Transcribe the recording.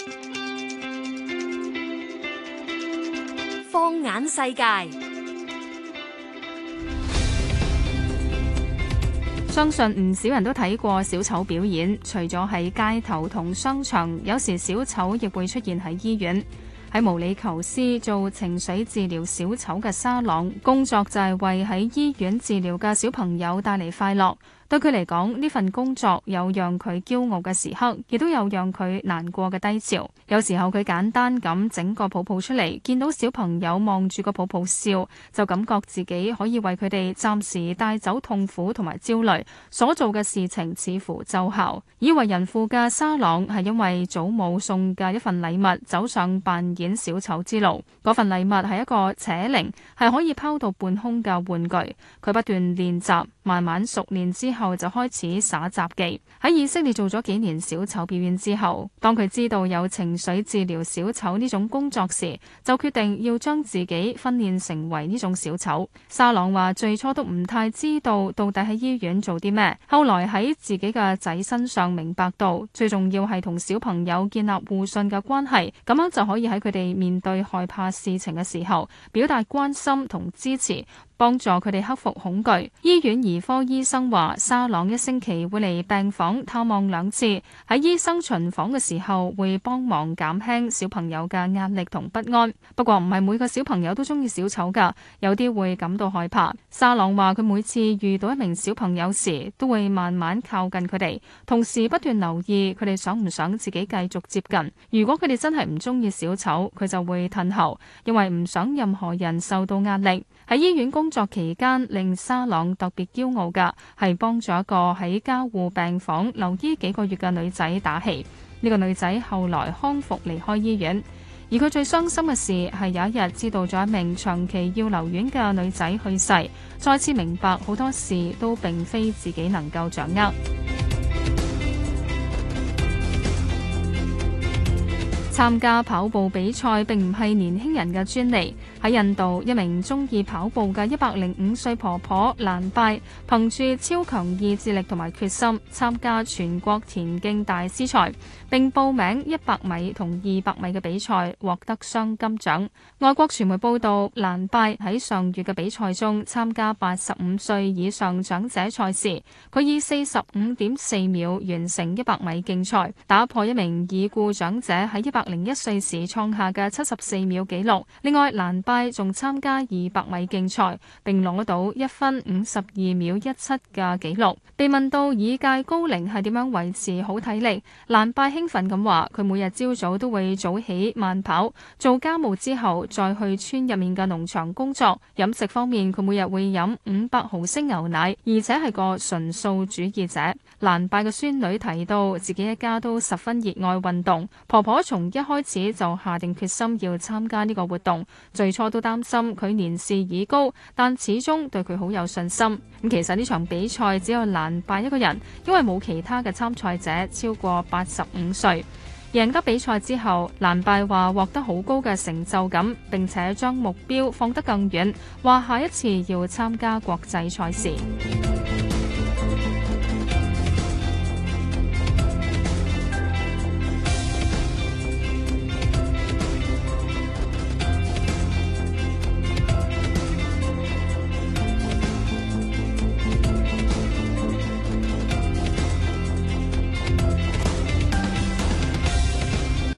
放眼世界， 相信唔少人都睇過小丑表演，除咗喺街頭同商場，有時小丑亦會出現喺醫院。喺毛里求斯做情緒治療小丑嘅沙朗，工作就係為喺醫院治療嘅小朋友帶嚟快樂。對佢嚟講，呢份工作有讓佢驕傲嘅時刻，亦都有讓佢難過嘅低潮。有時候佢簡單咁整個泡泡出嚟，見到小朋友望住個泡泡笑，就感覺自己可以為佢哋暫時帶走痛苦同埋焦慮。所做嘅事情似乎奏效。已為人父嘅沙朗係因為祖母送嘅一份禮物，走上扮演小丑之路。嗰份禮物係一個扯鈴，係可以拋到半空嘅玩具。佢不斷練習，慢慢熟練之後就開始耍雜技。喺以色列做咗幾年小丑表演之後，當佢知道有情緒治療小丑呢種工作時，就決定要將自己訓練成為呢種小丑。沙朗話最初都唔太知道到底喺醫院做啲咩，後來喺自己嘅仔身上明白到，最重要係同小朋友建立互信嘅關係，咁樣就可以喺佢哋面對害怕事情嘅時候，表達關心同支持，幫助佢哋克服恐懼。醫院兒科醫生話，沙朗一星期會嚟病房探望2次，喺醫生巡訪嘅時候會幫忙減輕小朋友嘅壓力同不安。不過唔係每個小朋友都中意小丑㗎，有啲會感到害怕。沙朗話佢每次遇到一名小朋友時，都會慢慢靠近佢哋，同時不斷留意佢哋想唔想自己繼續接近。如果佢哋真係唔中意小丑，佢就會退後，因為唔想任何人受到壓力。喺醫院工作期間，令沙朗特別驕傲嘅係幫助一個喺加護病房留醫幾個月嘅女仔打氣。呢個女仔後來康復離開醫院，而佢最傷心嘅事係有一日知道咗一名長期要留院嘅女仔去世，再次明白好多事都並非自己能夠掌握。參加跑步比賽並唔係年輕人嘅專利。喺印度，一名中意跑步嘅105歲婆婆蘭拜，憑住超強意志力同埋決心，參加全國田徑大師賽，並報名100米同200米嘅比賽，獲得雙金獎。外國傳媒報道，蘭拜喺上月嘅比賽中參加85歲以上長者賽事，佢以45.4秒完成100米競賽，打破一名已故長者喺101歲時創下嘅74秒紀錄。另外，蘭拜仲參加200米競賽，並攞到1分52秒17嘅紀錄。被問到以屆高齡係點樣維持好體力，蘭拜興奮咁話：佢每日朝早都會早起慢跑，做家務之後再去村入面嘅農場工作。飲食方面，佢每日會飲500毫升牛奶，而且係個純素主義者。蘭拜嘅孫女提到，自己一家都十分熱愛運動，婆婆從一開始就下定決心要參加呢個活動。最初都擔心佢年事已高，但始終對佢好有信心。咁其實呢場比賽只有蘭拜一個人，因為冇其他嘅參賽者超過85歲。贏得比賽之後，蘭拜話獲得好高嘅成就感，並且將目標放得更遠，話下一次要參加國際賽事。